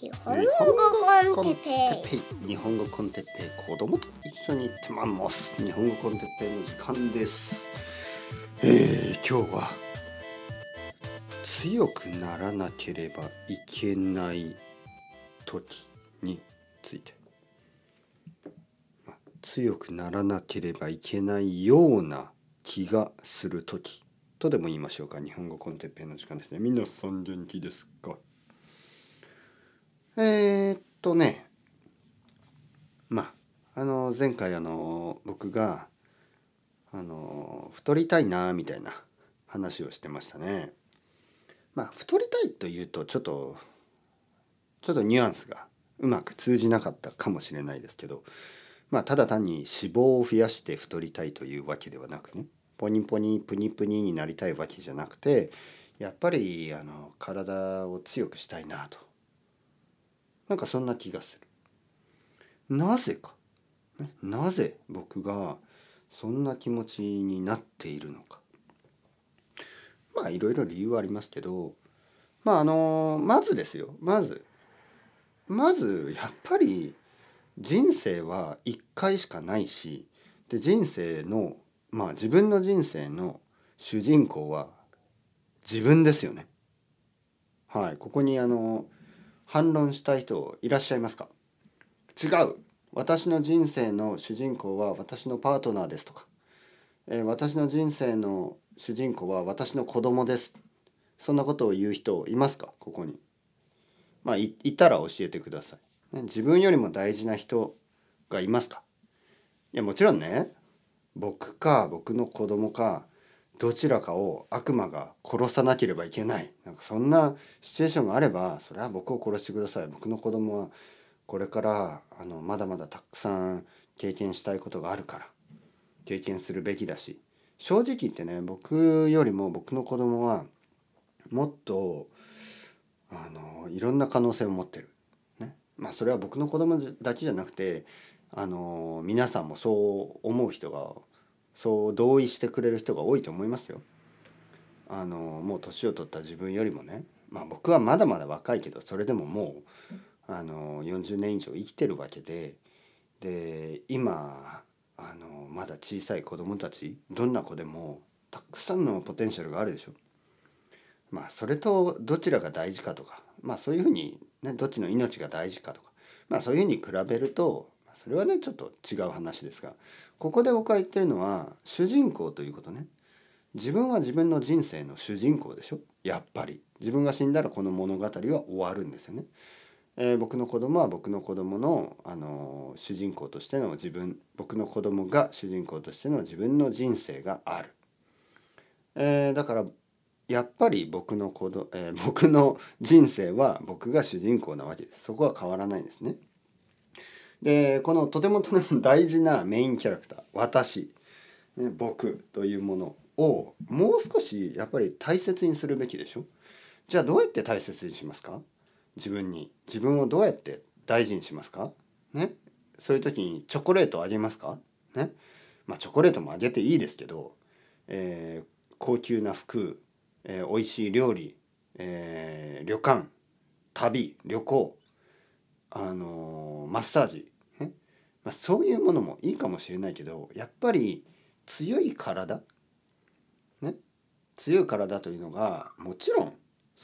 日本語コンテッペイ。 日本語コンテッペイ、子供と一緒に行ってまいります。日本語コンテッペイの時間です。今日は強くならなければいけない時について、強くならなければいけないような気がする時とでも言いましょうか。日本語コンテッペイの時間ですね。皆さん元気ですか？ね、前回僕が太りたいなみたいな話をしてましたね。太りたいというとちょっとニュアンスがうまく通じなかったかもしれないですけど、ただ単に脂肪を増やして太りたいというわけではなくね、ポニポニプニプニになりたいわけじゃなくて、やっぱり体を強くしたいなと、そんな気がする。なぜか、なぜ僕がそんな気持ちになっているのか。いろいろ理由はありますけど、まずですよ、まずやっぱり人生は一回しかないし、で人生の自分の人生の主人公は自分ですよね。はい、ここに反論したい人いらっしゃいますか？違う、私の人生の主人公は私のパートナーですとか、私の人生の主人公は私の子供です、そんなことを言う人いますか？ここに。いたら教えてください。自分よりも大事な人がいますか？いや、もちろんね、僕か僕の子供かどちらかを悪魔が殺さなければいけない、そんなシチュエーションがあれば、それは僕を殺してください。僕の子供はこれからまだまだたくさん経験したいことがあるから経験するべきだし、正直言ってね、僕よりも僕の子供はもっといろんな可能性を持ってる、ね。それは僕の子供だけじゃなくて皆さんもそう思う人が、そう同意してくれる人が多いと思いますよ。もう年を取った自分よりもね、僕はまだまだ若いけど、それでももう40年以上生きてるわけで、今まだ小さい子供たち、どんな子でもたくさんのポテンシャルがあるでしょ。それとどちらが大事かとか、そういうふうに、ね、どっちの命が大事かとか、そういうふうに比べるとそれはねちょっと違う話ですが、ここで僕が言ってるのは主人公ということね。自分は自分の人生の主人公でしょ。やっぱり自分が死んだらこの物語は終わるんですよね。僕の子供は僕の子供の、主人公としての僕の子供が主人公としての自分の人生がある。だからやっぱり僕の人生は僕が主人公なわけです。そこは変わらないですね。でこのとても大事なメインキャラクター、私、僕というものをもう少しやっぱり大切にするべきでしょ。じゃあどうやって大切にしますか？自分をどうやって大事にしますかね。そういう時にチョコレートをあげますかね。チョコレートもあげていいですけど、高級な服、美味しい料理、旅館、旅行、マッサージ、ね。そういうものもいいかもしれないけど、やっぱり強い体、ね、強い体というのがもちろん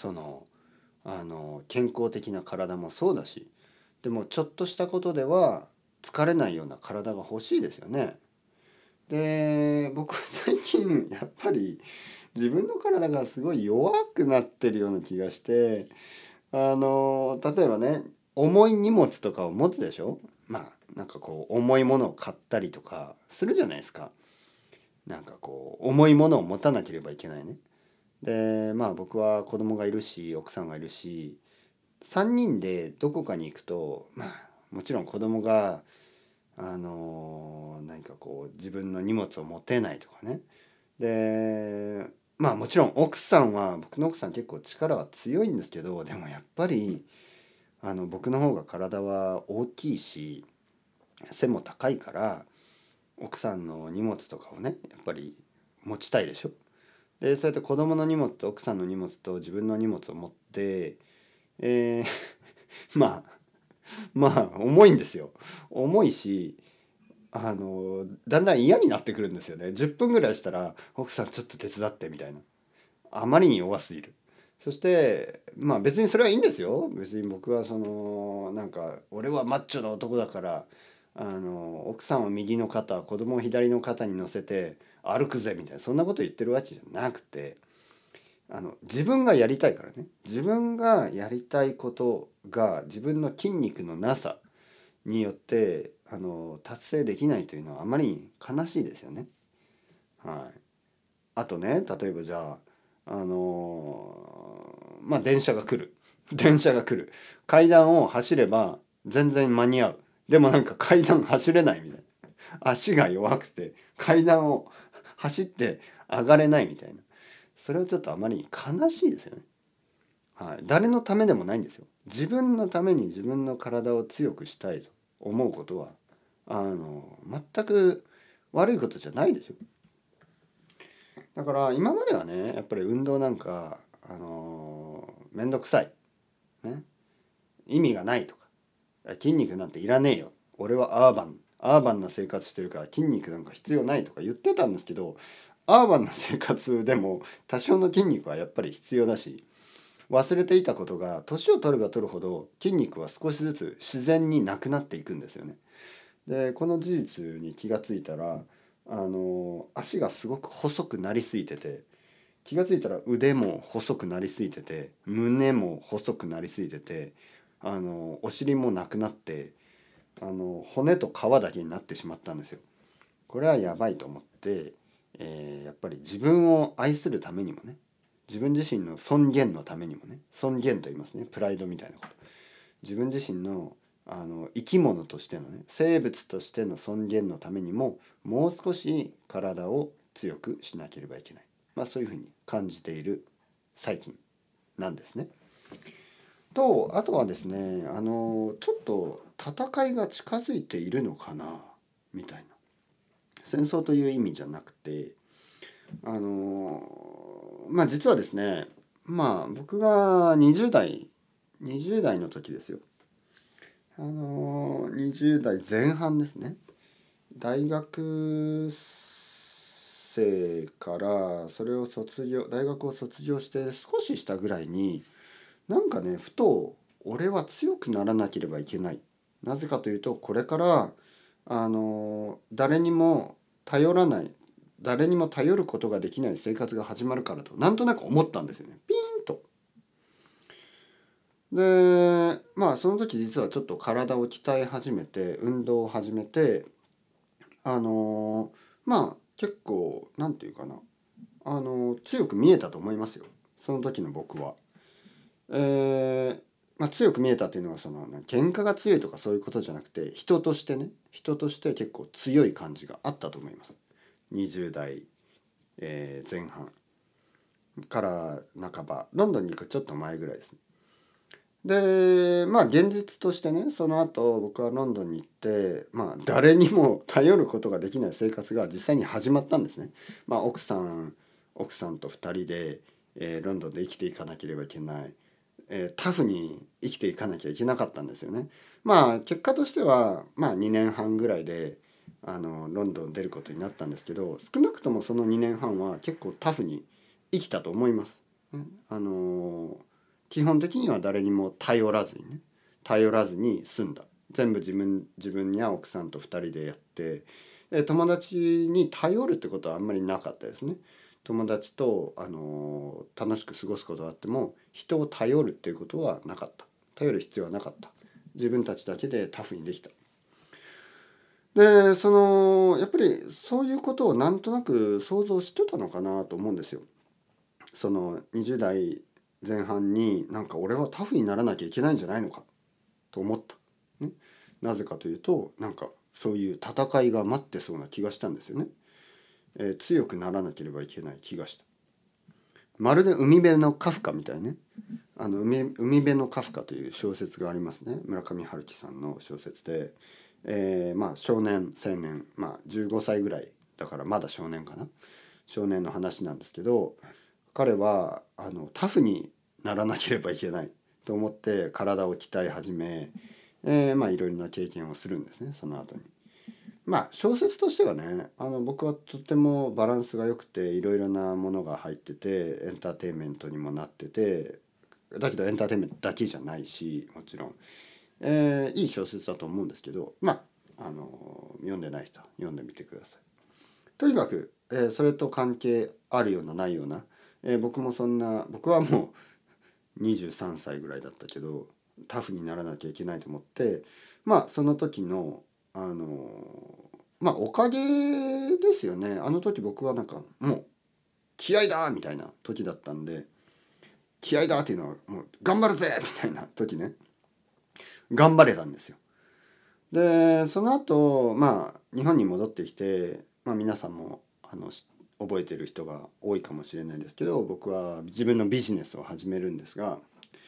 健康的な体もそうだし、でもちょっとしたことでは疲れないような体が欲しいですよね。で僕最近やっぱり自分の体がすごい弱くなってるような気がして、例えばね、重い荷物とかを持つでしょ。重いものを買ったりとかするじゃないですか。重いものを持たなければいけないね。で僕は子供がいるし奥さんがいるし、3人でどこかに行くともちろん子供が自分の荷物を持てないとかね。でもちろん僕の奥さん結構力は強いんですけど、でもやっぱり僕の方が体は大きいし背も高いから、奥さんの荷物とかをねやっぱり持ちたいでしょ。でそうやって子供の荷物と奥さんの荷物と自分の荷物を持って、 まあ重いんですよ。重いしだんだん嫌になってくるんですよね。10分ぐらいしたら奥さんちょっと手伝ってみたいな。あまりに弱すぎる。そして別にそれはいいんですよ。別に僕はなんか俺はマッチョな男だから奥さんを右の肩子供を左の肩に乗せて歩くぜみたいなそんなこと言ってるわけじゃなくて自分がやりたいからね。自分がやりたいことが自分の筋肉のなさによって達成できないというのはあまりに悲しいですよね。はい。あとね例えばじゃあ電車が来る電車が来る階段を走れば全然間に合う。でもなんか階段走れないみたいな。足が弱くて階段を走って上がれないみたいな。それはちょっとあまりに悲しいですよね。はい。誰のためでもないんですよ。自分のために自分の体を強くしたいと思うことは全く悪いことじゃないでしょ。だから今まではねやっぱり運動なんかめんどくさい、ね、意味がないとか筋肉なんていらねえよ俺はアーバンな生活してるから筋肉なんか必要ないとか言ってたんですけど、アーバンな生活でも多少の筋肉はやっぱり必要だし、忘れていたことが年を取れば取るほど筋肉は少しずつ自然になくなっていくんですよね。でこの事実に気がついたら足がすごく細くなりすぎてて、気がついたら腕も細くなりすぎてて胸も細くなりすぎててお尻もなくなって骨と皮だけになってしまったんですよ。これはやばいと思って、やっぱり自分を愛するためにもね、自分自身の尊厳のためにもね、尊厳と言いますね、プライドみたいなこと、自分自身の生き物としてのね生物としての尊厳のためにももう少し体を強くしなければいけない、そういうふうに感じている最近なんですね。とあとはですねちょっと戦いが近づいているのかなみたいな、戦争という意味じゃなくて実はですね僕が20代の時ですよ。20代前半ですね。大学生から大学を卒業して少ししたぐらいになんかねふと俺は強くならなければいけない。なぜかというとこれから誰にも頼ることができない生活が始まるからとなんとなく思ったんですよね。ピーンと。でその時実はちょっと体を鍛え始めて運動を始めて結構なんていうかな強く見えたと思いますよその時の僕は。強く見えたっていうのは喧嘩が強いとかそういうことじゃなくて人として結構強い感じがあったと思います。20代、前半から半ばロンドンに行くちょっと前ぐらいですね。で現実としてねその後僕はロンドンに行って誰にも頼ることができない生活が実際に始まったんですね。奥さんと2人で、ロンドンで生きていかなければいけない、タフに生きていかなきゃいけなかったんですよね。結果としては2年半ぐらいでロンドン出ることになったんですけど、少なくともその2年半は結構タフに生きたと思います。基本的には誰にも頼らずに済んだ。全部自分や奥さんと2人でやって、友達に頼るってことはあんまりなかったですね。友達と、楽しく過ごすことがあっても人を頼るっていうことはなかった。頼る必要はなかった。自分たちだけでタフにできた。でやっぱりそういうことをなんとなく想像してたのかなと思うんですよ。その20代前半になんか俺はタフにならなきゃいけないんじゃないのかと思った、ね、なぜかというとなんかそういう戦いが待ってそうな気がしたんですよね。強くならなければいけない気がした。まるで海辺のカフカみたいね。海辺のカフカという小説がありますね。村上春樹さんの小説で、少年青年15歳ぐらいだからまだ少年かな、少年の話なんですけど、彼はタフにならなければいけないと思って体を鍛え始め、まあいろいろな経験をするんですね、その後に。まあ小説としてはね、僕はとてもバランスが良くていろいろなものが入っててエンターテインメントにもなってて、だけどエンターテインメントだけじゃないし、もちろん、いい小説だと思うんですけど、まあ読んでない人は読んでみてください。とにかく、それと関係あるようなないような、僕はもう23歳ぐらいだったけどタフにならなきゃいけないと思って、まあその時のまあおかげですよね。あの時僕はなんかもう気合だみたいな時だったんで、気合だっていうのはもう頑張るぜみたいな時ね、頑張れたんですよ。でその後まあ日本に戻ってきて、まあ、皆さんも覚えてる人が多いかもしれないですけど、僕は自分のビジネスを始めるんですが、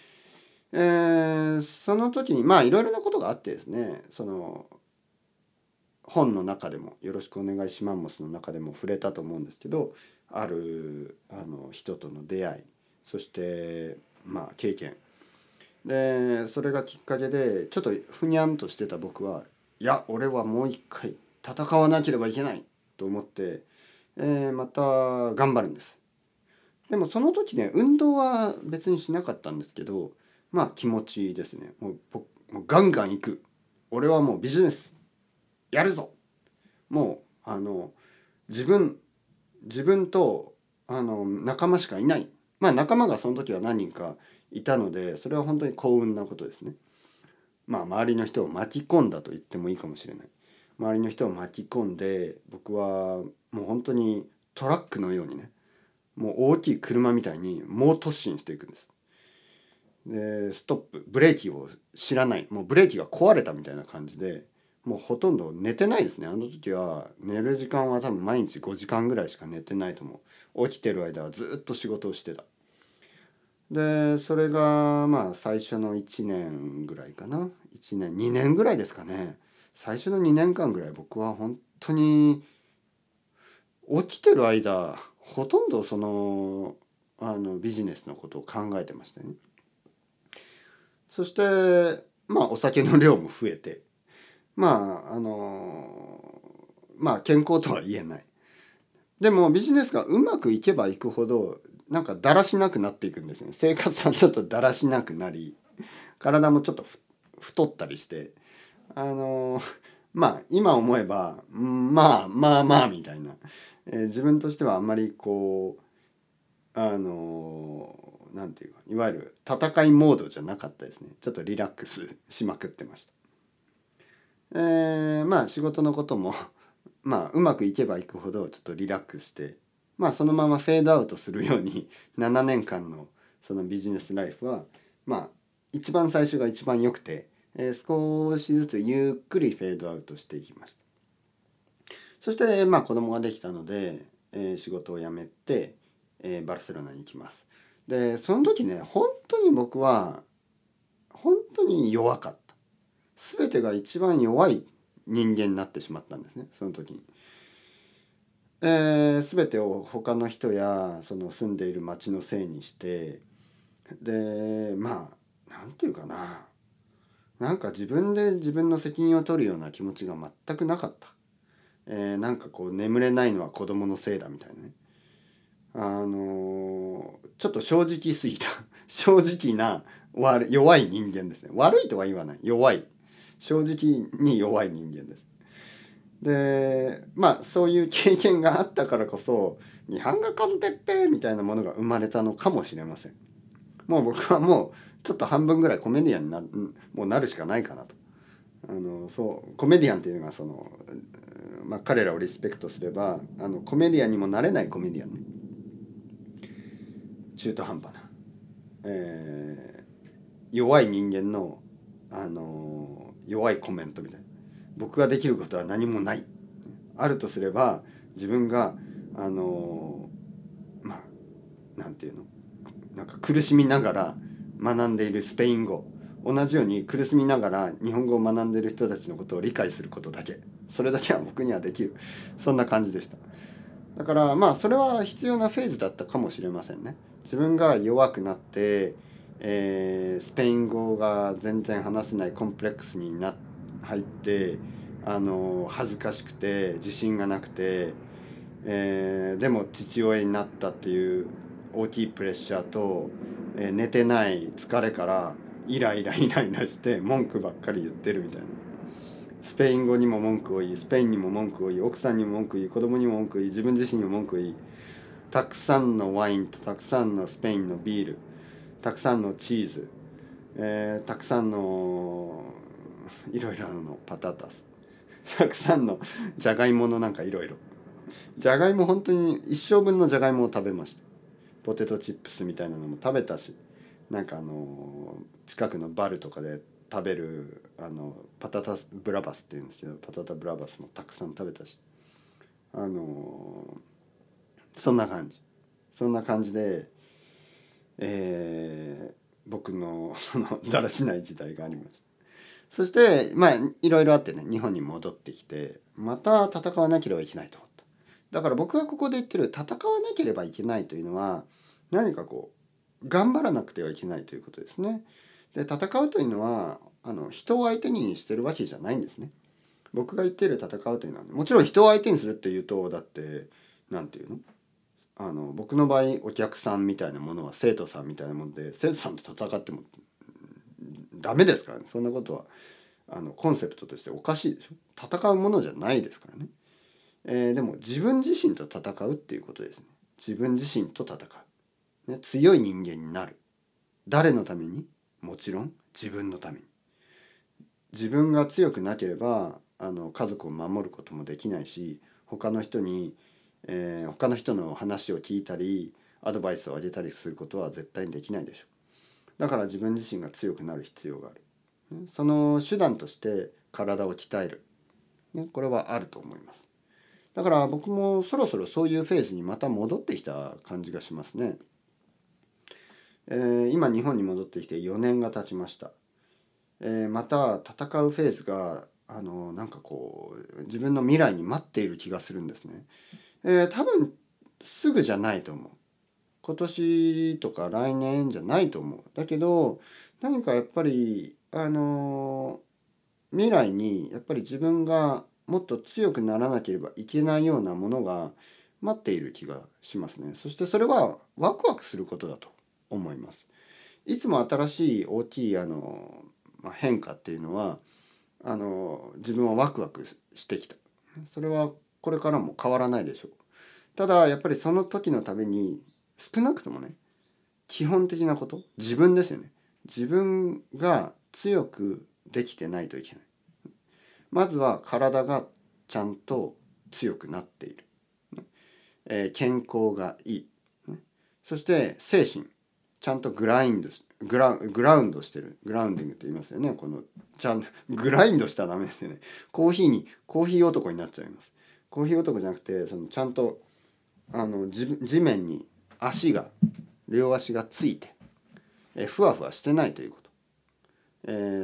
その時にまあいろいろなことがあってですね、その本の中でも「よろしくお願いしマンモス」の中でも触れたと思うんですけど、ある人との出会い、そしてまあ経験で、それがきっかけでちょっとふにゃんとしてた僕は、いや俺はもう一回戦わなければいけないと思って、また頑張るんです。でもその時ね、運動は別にしなかったんですけど、まあ気持ちですね。もうガンガン行く、俺はもうビジネスやるぞ、もう自分と仲間しかいない。まあ仲間がその時は何人かいたので、それは本当に幸運なことですね。まあ周りの人を巻き込んだと言ってもいいかもしれない。周りの人を巻き込んで、僕はもう本当にトラックのようにね、もう大きい車みたいに猛突進していくんです。でストップブレーキを知らない、もうブレーキが壊れたみたいな感じで、もうほとんど寝てないですね。あの時は寝る時間は多分毎日5時間ぐらいしか寝てないと思う。起きてる間はずっと仕事をしてた。でそれがまあ最初の1年ぐらいかな、1年2年ぐらいですかね。最初の2年間ぐらい僕は本当に起きてる間ほとんどビジネスのことを考えてましたね。そしてまあお酒の量も増えて、まあまあ健康とは言えない。でもビジネスがうまくいけばいくほどなんかだらしなくなっていくんですね。生活はちょっとだらしなくなり、体もちょっと太ったりして、まあ今思えば、まあまあまあみたいな、自分としてはあんまりこうなんていうか、いわゆる戦いモードじゃなかったですね。ちょっとリラックスしまくってました。まあ仕事のこともまあうまくいけばいくほどちょっとリラックスして、まあそのままフェードアウトするように7年間のそのビジネスライフは、まあ一番最初が一番良くて、少しずつゆっくりフェードアウトしていきました。そしてまあ子供ができたので、仕事を辞めて、バルセロナに行きます。でその時ね、本当に僕は本当に弱かった。全てが一番弱い人間になってしまったんですね、その時に。全てを他の人やその住んでいる町のせいにして、でまあなんていうかな、なんか自分で自分の責任を取るような気持ちが全くなかった。なんかこう眠れないのは子供のせいだみたいなね。ちょっと正直すぎた正直な弱い人間ですね。悪いとは言わない、弱い、正直に弱い人間です。でまあそういう経験があったからこそ日本語コンテッペみたいなものが生まれたのかもしれません。もう僕はもうちょっと半分ぐらいコメディアンにもうなるしかないかなと。そうコメディアンっていうのがまあ、彼らをリスペクトすればコメディアンにもなれないコメディアンね。中途半端な、弱い人間の、弱いコメントみたいな。僕ができることは何もない。あるとすれば自分がまあなんていうの、なんか苦しみながら学んでいるスペイン語、同じように苦しみながら日本語を学んでいる人たちのことを理解することだけ、それだけは僕にはできる、そんな感じでした。だからまあそれは必要なフェーズだったかもしれませんね。自分が弱くなって、 スペイン語が全然話せないコンプレックスに入って恥ずかしくて自信がなくて、でも父親になったっていう大きいプレッシャーと、寝てない疲れからイライラして文句ばっかり言ってるみたいな。スペイン語にも文句を言い、スペインにも文句を言い、奥さんにも文句を言い、子供にも文句を言い、自分自身にも文句を言い、たくさんのワインとたくさんのスペインのビール、たくさんのチーズ、たくさんのいろいろのパタタス、たくさんのじゃがいものなんかいろいろ、じゃがいも本当に一生分のじゃがいもを食べました。ポテトチップスみたいなのも食べたし、なんか近くのバルとかで食べるパタタブラバスっていうんですけど、パタタブラバスもたくさん食べたし、そんな感じで、僕のそのだらしない時代がありました。そしてまあいろいろあってね、日本に戻ってきてまた戦わなければいけないと思った。だから僕がここで言ってる戦わなければいけないというのは、何かこう頑張らなくてはいけないということですね。で、戦うというのは人を相手にしてるわけじゃないんですね。僕が言っている戦うというのは、もちろん人を相手にするっていうと、だってなんていうの、僕の場合お客さんみたいなものは生徒さんみたいなもので、生徒さんと戦ってもダメですからね。そんなことはコンセプトとしておかしいでしょ。戦うものじゃないですからね。でも自分自身と戦うっていうことですね。自分自身と戦う、ね、強い人間になる。誰のために？もちろん自分のために。自分が強くなければ家族を守ることもできないし、他の人の話を聞いたりアドバイスをあげたりすることは絶対にできないでしょ。だから自分自身が強くなる必要がある。その手段として体を鍛える、これはあると思います。だから僕もそろそろそういうフェーズにまた戻ってきた感じがしますね。今日本に戻ってきて4年が経ちました。また戦うフェーズがなんかこう自分の未来に待っている気がするんですね。多分すぐじゃないと思う。今年とか来年じゃないと思う。だけど何かやっぱり未来にやっぱり自分がもっと強くならなければいけないようなものが待っている気がしますね。そしてそれはワクワクすることだと思います。いつも新しい大きい変化っていうのは自分はワクワクしてきた。それはこれからも変わらないでしょう。ただやっぱりその時のために少なくともね、基本的なこと、自分ですよね。自分が強くできてないといけない。まずは体がちゃんと強くなっている。健康がいい。そして精神、ちゃんとグラウンドしてる。グラウンディングって言いますよね。ちゃんとグラインドしたらダメですよね。コーヒー男になっちゃいます。コーヒー男じゃなくてちゃんと地面に両足がついて、ふわふわしてないということ。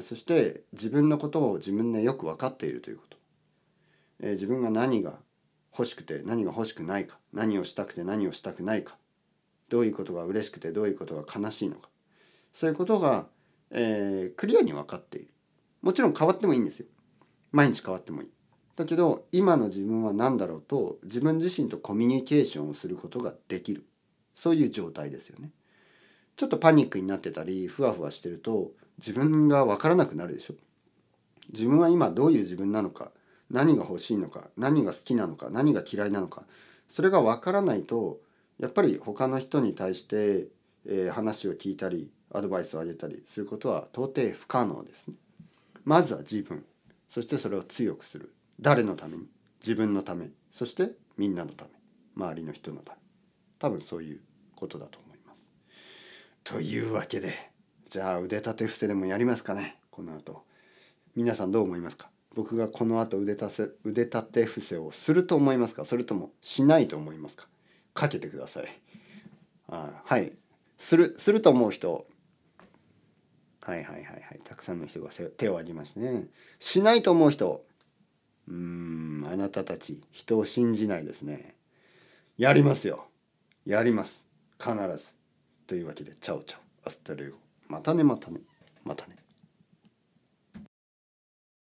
そして自分のことを自分でよく分かっているということ。自分が何が欲しくて何が欲しくないか、何をしたくて何をしたくないか、どういうことが嬉しくてどういうことが悲しいのか、そういうことが、クリアに分かっている。もちろん変わってもいいんですよ。毎日変わってもいい。だけど今の自分は何だろうと自分自身とコミュニケーションをすることができる。そういう状態ですよね。ちょっとパニックになってたりふわふわしてると自分が分からなくなるでしょ。自分は今どういう自分なのか、何が欲しいのか、何が好きなのか、何が嫌いなのか、それが分からないとやっぱり他の人に対して、話を聞いたりアドバイスをあげたりすることは到底不可能ですね。まずは自分、そしてそれを強くする。誰のために？自分のため、そしてみんなのため、周りの人のため。多分そういうことだと思います。というわけで、じゃあ腕立て伏せでもやりますかね。この後皆さんどう思いますか？僕がこの後腕立て伏せをすると思いますか？それともしないと思いますか？かけてください。はい、すると思う人、はいたくさんの人が手を挙げましたね。しないと思う人、あなたたち人を信じないですね。やりますよ。やります。必ず。というわけでチャオチャオアスタレゴ。 またねまたね。